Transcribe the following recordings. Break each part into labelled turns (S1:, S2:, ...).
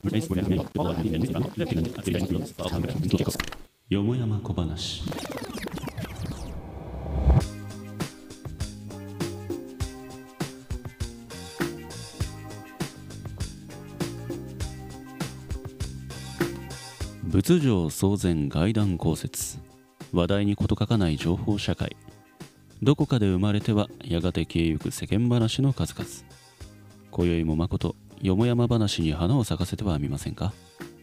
S1: よもやま小話。仏上騒然外談公説、話題に事欠かない情報社会。どこかで生まれてはやがて消えゆく世間話の数々。今宵もまことよもやま話に花を咲かせてはみませんか。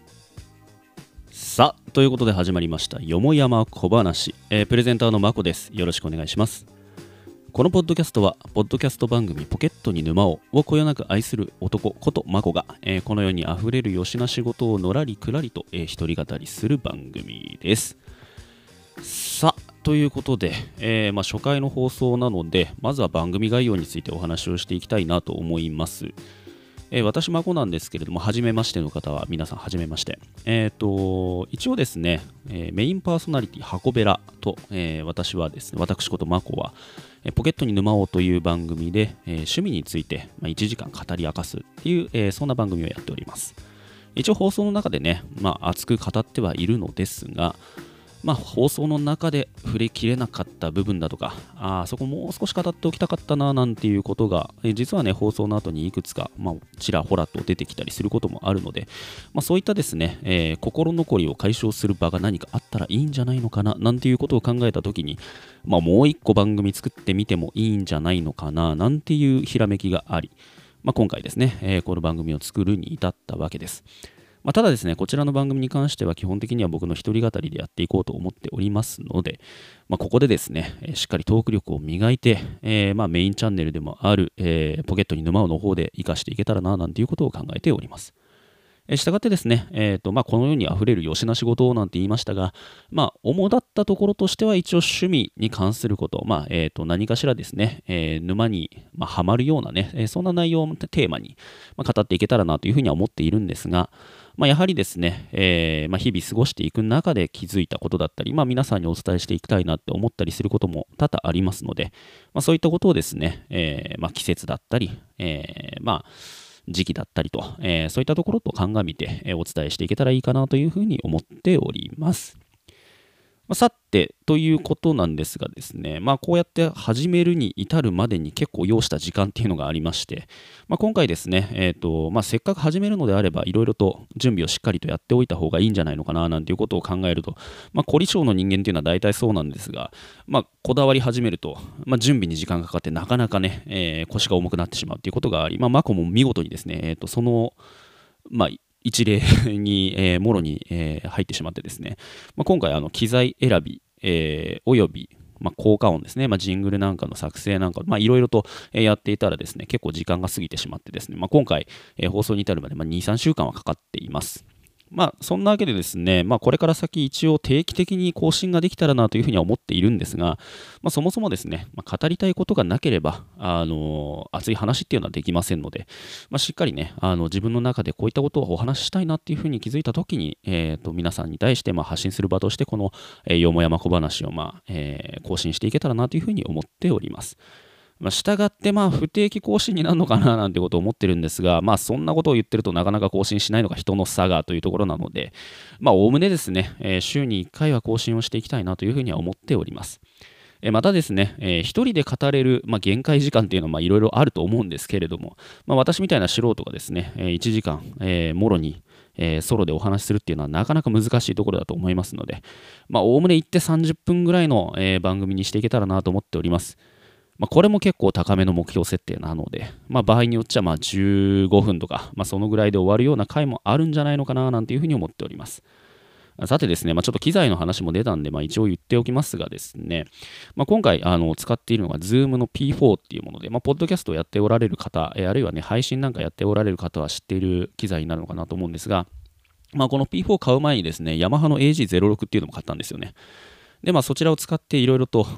S1: さあ、ということで始まりましたよもやま小話、プレゼンターのまこです。よろしくお願いします。このポッドキャストはポッドキャスト番組ポケットに沼をこよなく愛する男ことまこが、この世にあふれるよしな仕事をのらりくらりと、一人語りする番組です。さあ、ということで、初回の放送なので、まずは番組概要についてお話をしていきたいなと思います。私まこなんですけれども、初めましての方は皆さん初めまして。一応ですね、メインパーソナリティ箱べらと、私ことまこは、ポケットに沼おうという番組で、趣味について、1時間語り明かすっていう、そんな番組をやっております。一応放送の中でね、熱く語ってはいるのですが、放送の中で触れきれなかった部分だとか、そこもう少し語っておきたかったななんていうことが、実はね、放送の後にいくつか、ちらほらと出てきたりすることもあるので、そういったですね、心残りを解消する場が何かあったらいいんじゃないのかななんていうことを考えたときに、もう一個番組作ってみてもいいんじゃないのかななんていうひらめきがあり、今回ですね、この番組を作るに至ったわけです。ただですね、こちらの番組に関しては基本的には僕の一人語りでやっていこうと思っておりますので、ここでですね、しっかりトーク力を磨いて、メインチャンネルでもある、ポケットに沼おの方で活かしていけたらななんていうことを考えております。したがってですね、この世にあふれるよしな仕事なんて言いましたが、主だったところとしては一応趣味に関すること、何かしらですね、沼に、はまるようなね、そんな内容をテーマに、語っていけたらなというふうには思っているんですが、やはりですね、日々過ごしていく中で気づいたことだったり、皆さんにお伝えしていきたいなって思ったりすることも多々ありますので、そういったことをですね、季節だったり、時期だったりと、そういったところと鑑みて、お伝えしていけたらいいかなというふうに思っております。さて、ということなんですがですね、こうやって始めるに至るまでに結構要した時間っていうのがありまして、今回ですね、せっかく始めるのであれば、いろいろと準備をしっかりとやっておいた方がいいんじゃないのかななんていうことを考えると、凝り性の人間っていうのは大体そうなんですが、こだわり始めると、準備に時間がかかってなかなかね、腰が重くなってしまうっていうことがあり、マコも見事にですね、その、一例に、もろに、入ってしまってですね、今回機材選び、および効果音ですね、ジングルなんかの作成なんか、いろいろとやっていたらですね、結構時間が過ぎてしまってですね、今回、放送に至るまで2、3週間はかかっています。そんなわけでですね、これから先一応定期的に更新ができたらなというふうには思っているんですが、そもそもですね、語りたいことがなければ、熱い話っていうのはできませんので、しっかりね、自分の中でこういったことをお話ししたいなっていうふうに気づいたときに、皆さんに対して発信する場として、この、よもやま小話を更新していけたらなというふうに思っております。したがって不定期更新になるのかななんてことを思ってるんですが、そんなことを言ってるとなかなか更新しないのが人の差がというところなので、おおむねですね、週に1回は更新をしていきたいなというふうには思っております。またですね、一人で語れる、限界時間っていうのはいろいろあると思うんですけれども、私みたいな素人がですね、1時間、もろに、ソロでお話しするっていうのはなかなか難しいところだと思いますので、おおむね行って30分ぐらいの、番組にしていけたらなと思っております。これも結構高めの目標設定なので、場合によっちゃ15分とか、そのぐらいで終わるような回もあるんじゃないのかななんていうふうに思っております。さてですね、ちょっと機材の話も出たんで、一応言っておきますがですね、今回使っているのが Zoom の P4 っていうもので、ポッドキャストをやっておられる方、あるいはね、配信なんかやっておられる方は知っている機材になるのかなと思うんですが、この P4 買う前にですね、ヤマハの AG06 っていうのも買ったんですよね。で、そちらを使っていろいろと、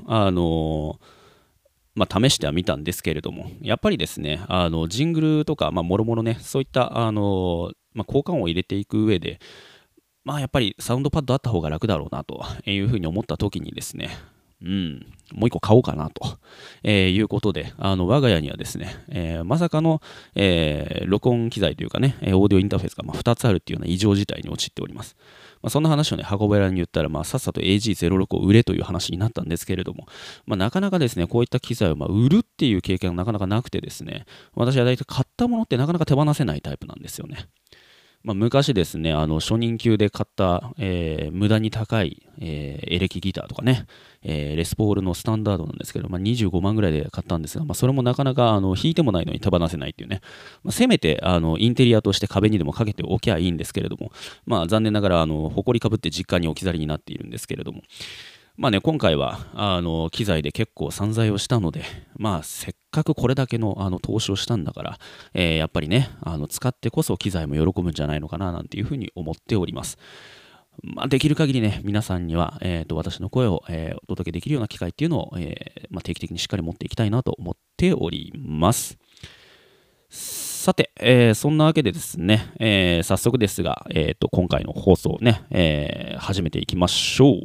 S1: 試してはみたんですけれども、やっぱりですね、ジングルとか、もろもろね、そういった、効果音を入れていく上で、やっぱりサウンドパッドあった方が楽だろうなというふうに思った時にですね、 もう一個買おうかなと、いうことで、我が家にはですね、まさかの、録音機材というかね、オーディオインターフェースが2つあるっていうような異常事態に陥っております。そんな話をね、箱べらに言ったら、さっさと AG06 を売れという話になったんですけれども、なかなかですね、こういった機材を売るっていう経験がなかなかなくてですね、私は大体買ったものってなかなか手放せないタイプなんですよね。昔ですね、初任給で買った、無駄に高い、エレキギターとかね、レスポールのスタンダードなんですけど、25万ぐらいで買ったんですが、それもなかなか弾いてもないのに手放せないっていうね、せめてインテリアとして壁にでもかけておきゃいいんですけれども、残念ながら埃かぶって実家に置き去りになっているんですけれども、今回は機材で結構散財をしたので、せっかくこれだけの投資をしたんだから、やっぱりね使ってこそ機材も喜ぶんじゃないのかななんていうふうに思っております。できる限りね皆さんには、私の声を、お届けできるような機会っていうのを、定期的にしっかり持っていきたいなと思っております。さて、そんなわけでですね、早速ですが、今回の放送をね、始めていきましょう。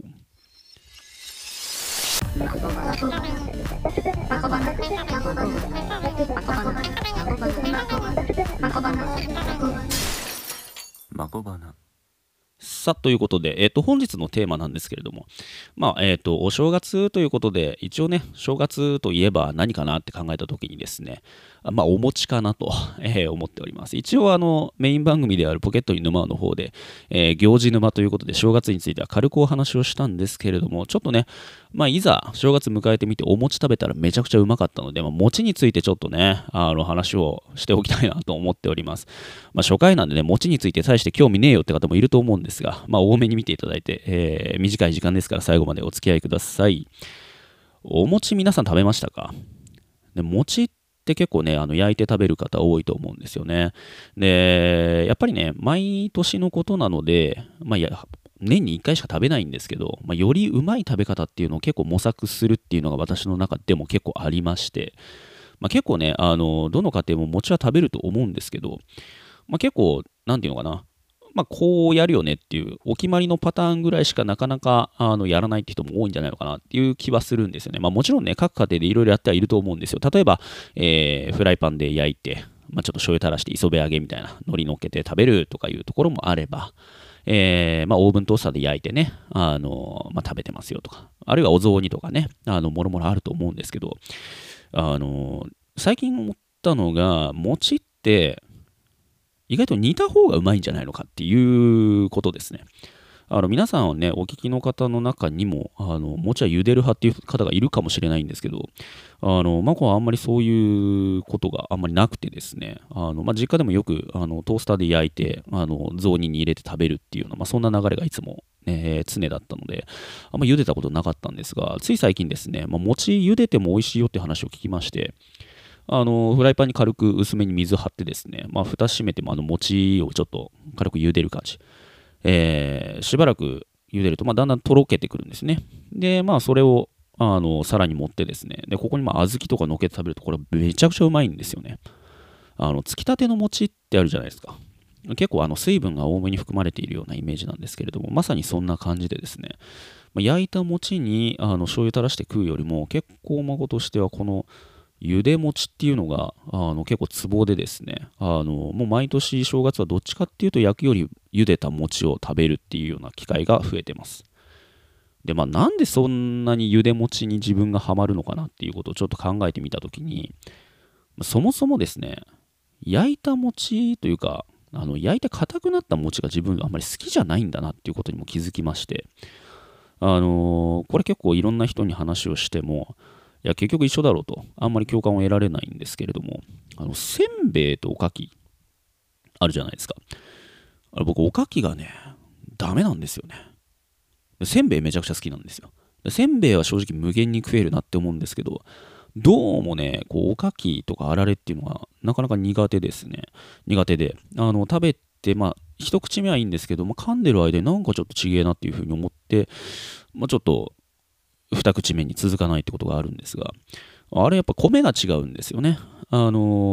S1: さあということで、本日のテーマなんですけれども、お正月ということで、一応ね、正月といえば何かなって考えたときにですね、お餅かなと、思っております。一応メイン番組であるポケットに沼の方で、行事沼ということで、正月については軽くお話をしたんですけれども、ちょっとね、いざ正月迎えてみてお餅食べたらめちゃくちゃうまかったので、餅についてちょっとね、話をしておきたいなと思っております。初回なんでね、餅について大して興味ねえよって方もいると思うんですが、多めに見ていただいて、短い時間ですから最後までお付き合いください。お餅皆さん食べましたか？で餅って結構ね、焼いて食べる方多いと思うんですよね。で、やっぱりね、毎年のことなので、年に1回しか食べないんですけど、よりうまい食べ方っていうのを結構模索するっていうのが私の中でも結構ありまして、結構ね、どの家庭も餅は食べると思うんですけど、結構、なんていうのかな、こうやるよねっていうお決まりのパターンぐらいしかなかなかやらないって人も多いんじゃないのかなっていう気はするんですよね。もちろんね、各家庭でいろいろやってはいると思うんですよ。例えば、フライパンで焼いて、ちょっと醤油垂らして磯辺揚げみたいな海苔乗っけて食べるとかいうところもあれば、オーブントースターで焼いてね、食べてますよとか、あるいはお雑煮とかね、もろもろあると思うんですけど、最近思ったのが、餅って意外と煮た方がうまいんじゃないのかっていうことですね。皆さんはね、お聞きの方の中にも、餅は茹でる派っていう方がいるかもしれないんですけど、マコはあんまりそういうことがあんまりなくてですね、実家でもよくトースターで焼いて、雑煮に入れて食べるっていうような、そんな流れがいつも、常だったので、あんま茹でたことなかったんですが、つい最近ですね、餅茹でても美味しいよって話を聞きまして、フライパンに軽く薄めに水張ってですね、蓋閉めても餅をちょっと軽く茹でる感じ。しばらく茹でると、だんだんとろけてくるんですね。で、それを皿に盛ってですね、でここに小豆とかのっけて食べると、これめちゃくちゃうまいんですよね。つきたての餅ってあるじゃないですか。結構水分が多めに含まれているようなイメージなんですけれども、まさにそんな感じでですね、焼いた餅に醤油垂らして食うよりも、結構孫としてはこの茹で餅っていうのが結構ツボでですね、もう毎年正月はどっちかっていうと焼くより茹でた餅を食べるっていうような機会が増えてます。で、なんでそんなに茹で餅に自分がハマるのかなっていうことをちょっと考えてみたときに、そもそもですね、焼いた餅というか、焼いて硬くなった餅が自分あんまり好きじゃないんだなっていうことにも気づきまして、これ結構いろんな人に話をしても、いや結局一緒だろうと、あんまり共感を得られないんですけれども、せんべいとおかきあるじゃないですか。僕おかきがねダメなんですよね。せんべいめちゃくちゃ好きなんですよ。せんべいは正直無限に食えるなって思うんですけど、どうもねこうおかきとかあられっていうのがなかなか苦手ですね。苦手で食べて一口目はいいんですけど、噛んでる間になんかちょっとちげえなっていうふうに思って、ちょっと二口目に続かないってことがあるんですが、あれやっぱ米が違うんですよね。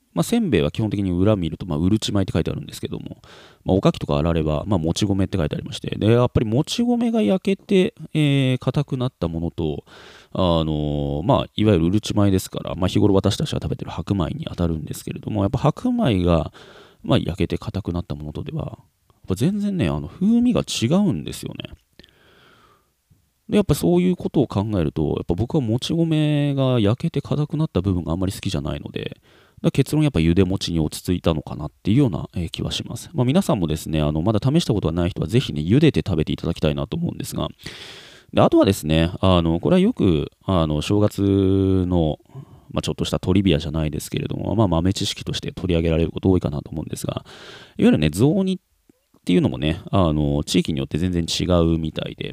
S1: せんべいは基本的に裏見ると、うるち米って書いてあるんですけども、おかきとかあられば、もち米って書いてありまして、で、やっぱりもち米が焼けて、硬くなったものと、いわゆるうるち米ですから、日頃私たちが食べてる白米に当たるんですけれども、やっぱ白米が、焼けて硬くなったものとでは、やっぱ全然ね、風味が違うんですよね。で、やっぱそういうことを考えると、やっぱ僕はもち米が焼けて硬くなった部分があんまり好きじゃないので、結論やっぱ茹で餅に落ち着いたのかなっていうような気はします。皆さんもですね、まだ試したことがない人はぜひね、茹でて食べていただきたいなと思うんですが、であとはですね、これはよく、正月の、ちょっとしたトリビアじゃないですけれども、豆知識として取り上げられること多いかなと思うんですが、いわゆるね、雑煮っていうのもね、地域によって全然違うみたいで、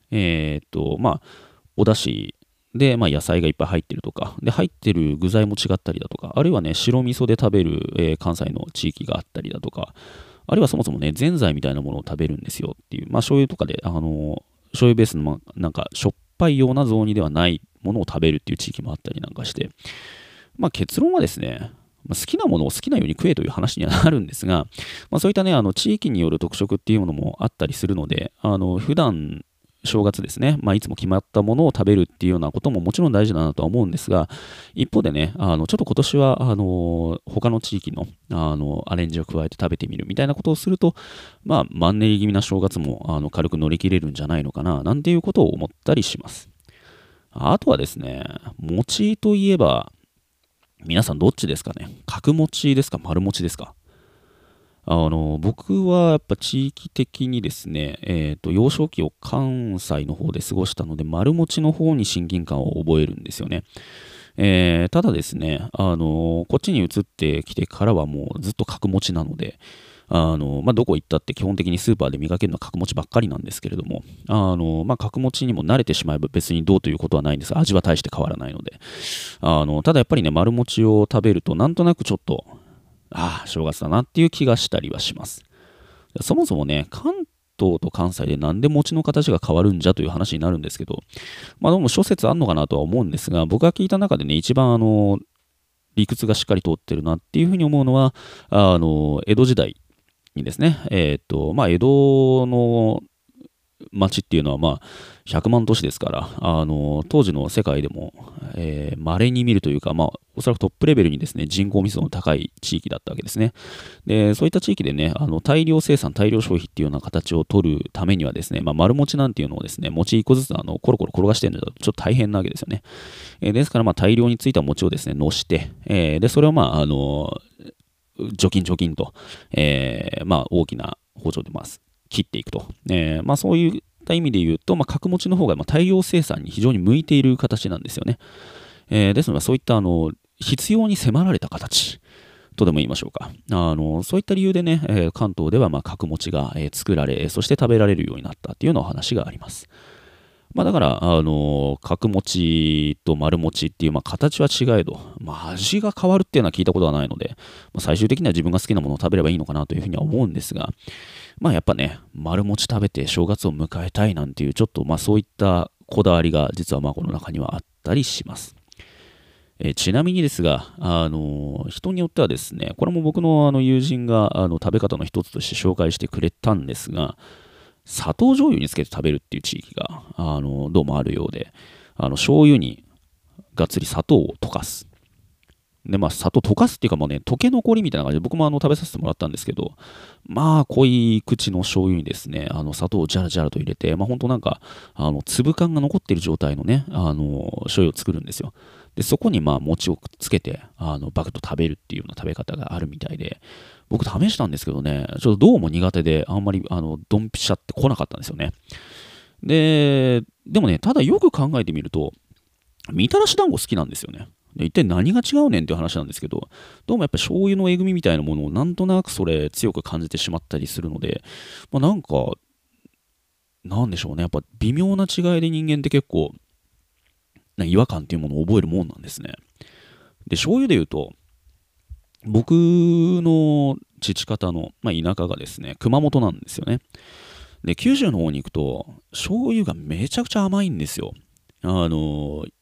S1: お出汁で、野菜がいっぱい入ってるとか、で、入ってる具材も違ったりだとか、あるいはね、白味噌で食べる、関西の地域があったりだとか、あるいはそもそもね、ぜんざいみたいなものを食べるんですよっていう、醤油とかで、醤油ベースの、なんか、しょっぱいような雑煮ではないものを食べるっていう地域もあったりなんかして、結論はですね、好きなものを好きなように食えという話にはなるんですが、そういったね、地域による特色っていうものもあったりするので、普段正月ですね、いつも決まったものを食べるっていうようなことももちろん大事だなとは思うんですが、一方でね、ちょっと今年は、他の地域の、アレンジを加えて食べてみるみたいなことをすると、マンネリ気味な正月も、軽く乗り切れるんじゃないのかな、なんていうことを思ったりします。あとはですね、餅といえば、皆さんどっちですかね、角餅ですか、丸餅ですか。僕はやっぱ地域的にですね、幼少期を関西の方で過ごしたので、丸餅の方に親近感を覚えるんですよね。ただですね、こっちに移ってきてからはもうずっと角餅なので、どこ行ったって基本的にスーパーで見かけるのは角餅ばっかりなんですけれども、角餅にも慣れてしまえば別にどうということはないんですが、味は大して変わらないので、ただやっぱりね、丸餅を食べるとなんとなくちょっと、正月だなっていう気がしたりはします。そもそもね、関東と関西でなんで餅の形が変わるんじゃという話になるんですけど、どうも諸説あんのかなとは思うんですが、僕が聞いた中でね、一番理屈がしっかり通ってるなっていうふうに思うのは、江戸時代にですね、江戸の町っていうのは100万都市ですから、当時の世界でも、稀に見るというか、おそらくトップレベルにですね、人口密度の高い地域だったわけですね。で、そういった地域でね、大量生産、大量消費っていうような形を取るためにはですね、丸餅なんていうのをですね、餅1個ずつコロコロ転がしてるのだとちょっと大変なわけですよね。ですから、大量についた餅をですね、のして、で、それを除菌と、大きな包丁で切っていくと。そういった意味で言うと、角餅の方が大量生産に非常に向いている形なんですよね。ですので、そういった必要に迫られた形とでも言いましょうか。そういった理由でね、関東では角餅が作られ、そして食べられるようになったっていうようなお話があります。だから、角餅と丸餅っていう、形は違えど、味が変わるっていうのは聞いたことはないので、最終的には自分が好きなものを食べればいいのかなというふうには思うんですが、やっぱね、丸餅食べて正月を迎えたいなんていう、ちょっとそういったこだわりが実はこの中にはあったりします。ちなみにですが、人によってはですね、これも僕の友人が食べ方の一つとして紹介してくれたんですが、砂糖醤油につけて食べるっていう地域が、どうもあるようで、醤油にがっつり砂糖を溶かす。で、砂糖溶かすっていうか溶け残りみたいな感じで、僕も食べさせてもらったんですけど、濃い口の醤油にですね、砂糖をジャラジャラと入れて、本当なんか、粒感が残っている状態のね、醤油を作るんですよ。で、そこに餅をつけて、バクッと食べるっていうような食べ方があるみたいで、僕試したんですけどね、ちょっとどうも苦手で、あんまり、ドンピシャって来なかったんですよね。でもね、ただよく考えてみると、みたらし団子好きなんですよね。で一体何が違うねんっていう話なんですけど、どうもやっぱり醤油のえぐみみたいなものをなんとなくそれ強く感じてしまったりするので、なんか、なんでしょうね、やっぱ微妙な違いで人間って結構、違和感っていうものを覚えるもんなんですね。で、醤油で言うと、僕の父方の、田舎がですね、熊本なんですよね。で、九州の方に行くと、醤油がめちゃくちゃ甘いんですよ。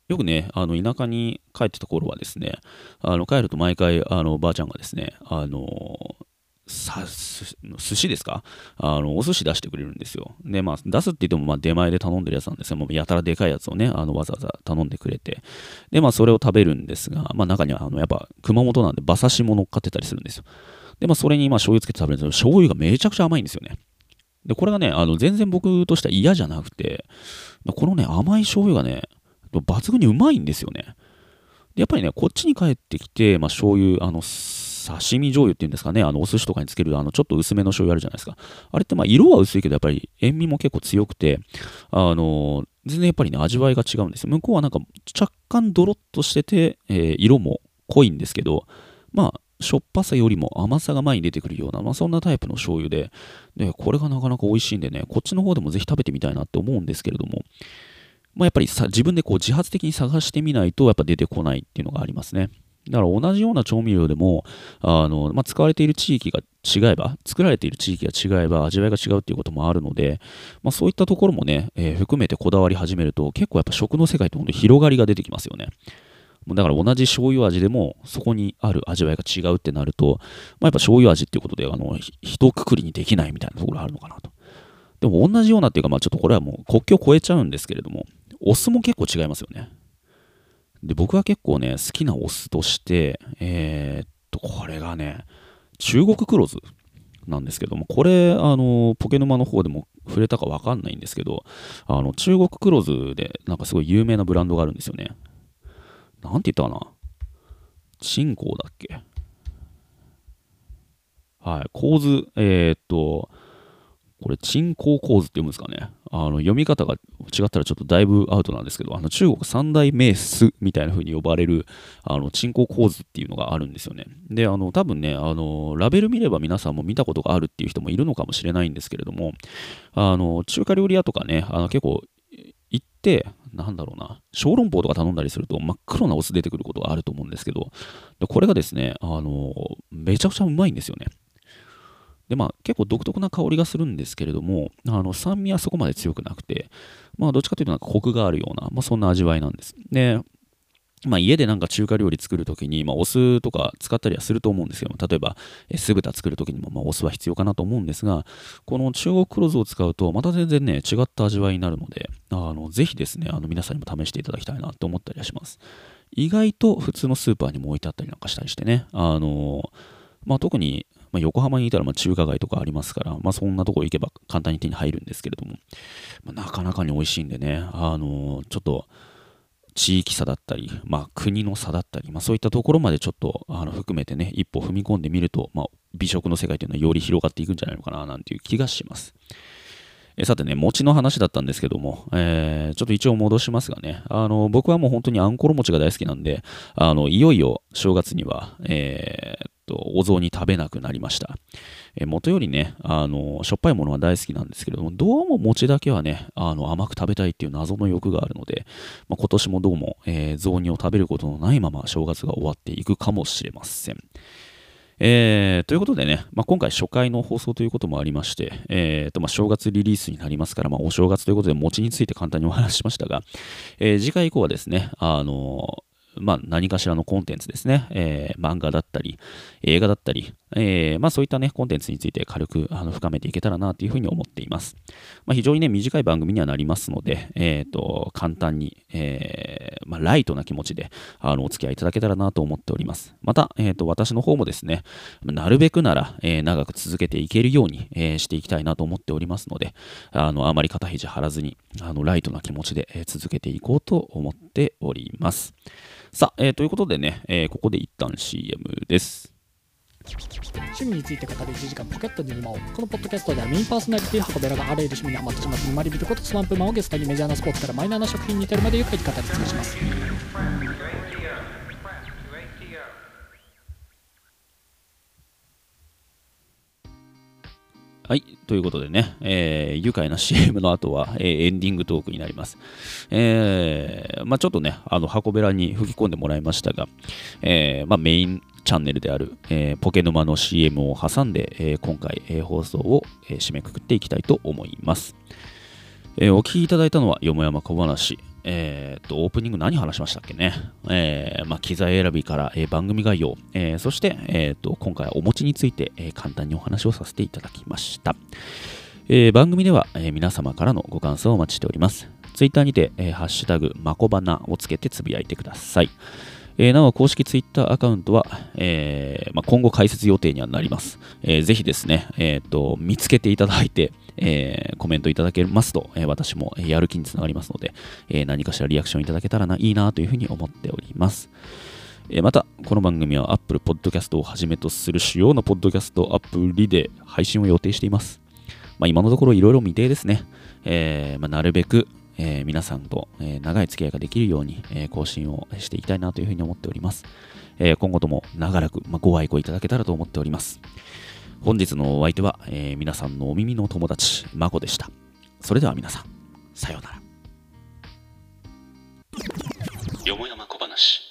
S1: よくね、田舎に帰ってた頃はですね、帰ると毎回、ばあちゃんがですね、寿司ですか、お寿司出してくれるんですよ。で、まあ、出すって言っても、まあ、出前で頼んでるやつなんですよ。もうやたらでかいやつをね、わざわざ頼んでくれて。で、まあ、それを食べるんですが、まあ、中には、やっぱ、熊本なんで、馬刺しも乗っかってたりするんですよ。で、まあ、それに、まあ、醤油つけて食べるんですけど、醤油がめちゃくちゃ甘いんですよね。で、これがね、全然僕としては嫌じゃなくて、このね、甘い醤油がね、抜群にうまいんですよね。でやっぱりね、こっちに帰ってきて、まあ、醤油、刺身醤油っていうんですかね、お寿司とかにつける、ちょっと薄めの醤油あるじゃないですか。あれって、まあ、色は薄いけど、やっぱり塩味も結構強くて、全然やっぱりね、味わいが違うんですよ。向こうはなんか、若干ドロッとしてて、色も濃いんですけど、まあ、しょっぱさよりも甘さが前に出てくるような、まあ、そんなタイプの醤油で、これがなかなか美味しいんでね、こっちの方でもぜひ食べてみたいなって思うんですけれども、まあ、やっぱり自分でこう自発的に探してみないとやっぱ出てこないっていうのがありますね。だから同じような調味料でも、まあ、使われている地域が違えば、作られている地域が違えば味わいが違うっていうこともあるので、まあ、そういったところもね、含めてこだわり始めると結構やっぱ食の世界って本当に広がりが出てきますよね。だから同じ醤油味でもそこにある味わいが違うってなると、まあ、やっぱ醤油味っていうことで一括りにできないみたいなところがあるのかなと。でも同じようなっていうか、まあ、ちょっとこれはもう国境を越えちゃうんですけれども、お酢も結構違いますよね。で、僕は結構ね、好きなお酢として、これがね、中国黒酢なんですけども、これ、ポケ沼の方でも触れたかわかんないんですけど、中国黒酢で、なんかすごい有名なブランドがあるんですよね。なんて言ったかな、鎮江だっけ、はい、構図、これ、鎮江構図って読むんですかね。読み方が違ったらちょっとだいぶアウトなんですけど、中国三大名酢みたいな風に呼ばれる、鎮江構図っていうのがあるんですよね。で、多分ね、ラベル見れば皆さんも見たことがあるっていう人もいるのかもしれないんですけれども、中華料理屋とかね、結構行って、なんだろうな、小籠包とか頼んだりすると真っ黒なお酢出てくることがあると思うんですけど、でこれがですね、めちゃくちゃうまいんですよね。で、まあ、結構独特な香りがするんですけれども、酸味はそこまで強くなくて、まあ、どっちかというとなんかコクがあるような、まあ、そんな味わいなんです。で、まあ、家でなんか中華料理作るときに、まあ、お酢とか使ったりはすると思うんですよ。例えば、酢豚作るときにも、まあ、お酢は必要かなと思うんですが、この中国黒酢を使うと、また全然ね、違った味わいになるので、ぜひですね、皆さんにも試していただきたいなと思ったりはします。意外と普通のスーパーにも置いてあったりなんかしたりしてね、まあ、特に、まあ、横浜にいたらまあ中華街とかありますから、まあ、そんなとこ行けば簡単に手に入るんですけれども、まあ、なかなかに美味しいんでね、ちょっと地域差だったり、まあ、国の差だったり、まあ、そういったところまでちょっと含めてね、一歩踏み込んでみると、まあ、美食の世界というのはより広がっていくんじゃないのかななんていう気がします。さてね、餅の話だったんですけども、ちょっと一応戻しますがね、僕はもう本当にあんころ餅が大好きなんで、いよいよ正月には、お雑煮食べなくなりました。元よりね、しょっぱいものは大好きなんですけれども、どうも餅だけはね、甘く食べたいっていう謎の欲があるので、まあ、今年もどうも、雑煮を食べることのないまま正月が終わっていくかもしれません。ということでね、まあ、今回初回の放送ということもありまして、まあ、正月リリースになりますから、まあ、お正月ということで餅について簡単にお話ししましたが、次回以降はですね、まあ、何かしらのコンテンツですね、漫画だったり、映画だったり、まあ、そういったね、コンテンツについて軽く深めていけたらなというふうに思っています。まあ、非常にね、短い番組にはなりますので、簡単に、まあ、ライトな気持ちでお付き合いいただけたらなと思っております。また、私の方もですね、なるべくなら、長く続けていけるように、していきたいなと思っておりますので、あまり肩肘張らずに、ライトな気持ちで、続けていこうと思っております。さあ、ということでね、ここで一旦 CM です。
S2: 趣味について語る1時間ポケットに沼を。このポッドキャストではメインパーソナリティ箱べらがあらゆる趣味にハマってしまって沼り人ことスワンプマンをゲストにメジャーなスポーツからマイナーな食品に至るまでゆっくり語り尽くします。
S1: はい。ということでね、愉快な CM の後は、エンディングトークになります。まあちょっとね、箱べらに吹き込んでもらいましたが、まあメインチャンネルである、ポケ沼の CM を挟んで、今回、放送を、締めくくっていきたいと思います。お聞きいただいたのはよもやま小話、 オープニング何話しましたっけね。機材選びから、番組概要、そして、今回はお餅について、簡単にお話をさせていただきました。番組では、皆様からのご感想をお待ちしております。ツイッターにて、ハッシュタグまこばなをつけてつぶやいてください。なお、公式ツイッターアカウントは、今後開設予定にはなります。ぜひですね、見つけていただいて、コメントいただけますと、私もやる気につながりますので、何かしらリアクションいただけたらいいなというふうに思っております。また、この番組は Apple Podcast をはじめとする主要なポッドキャストアプリで配信を予定しています。今のところいろいろ未定ですね。なるべく皆さんと長い付き合いができるように更新をしていきたいなというふうに思っております。今後とも長らくご愛顧いただけたらと思っております。本日のお相手は皆さんのお耳の友達まこでした。それでは皆さん、さようなら。よもやま小話。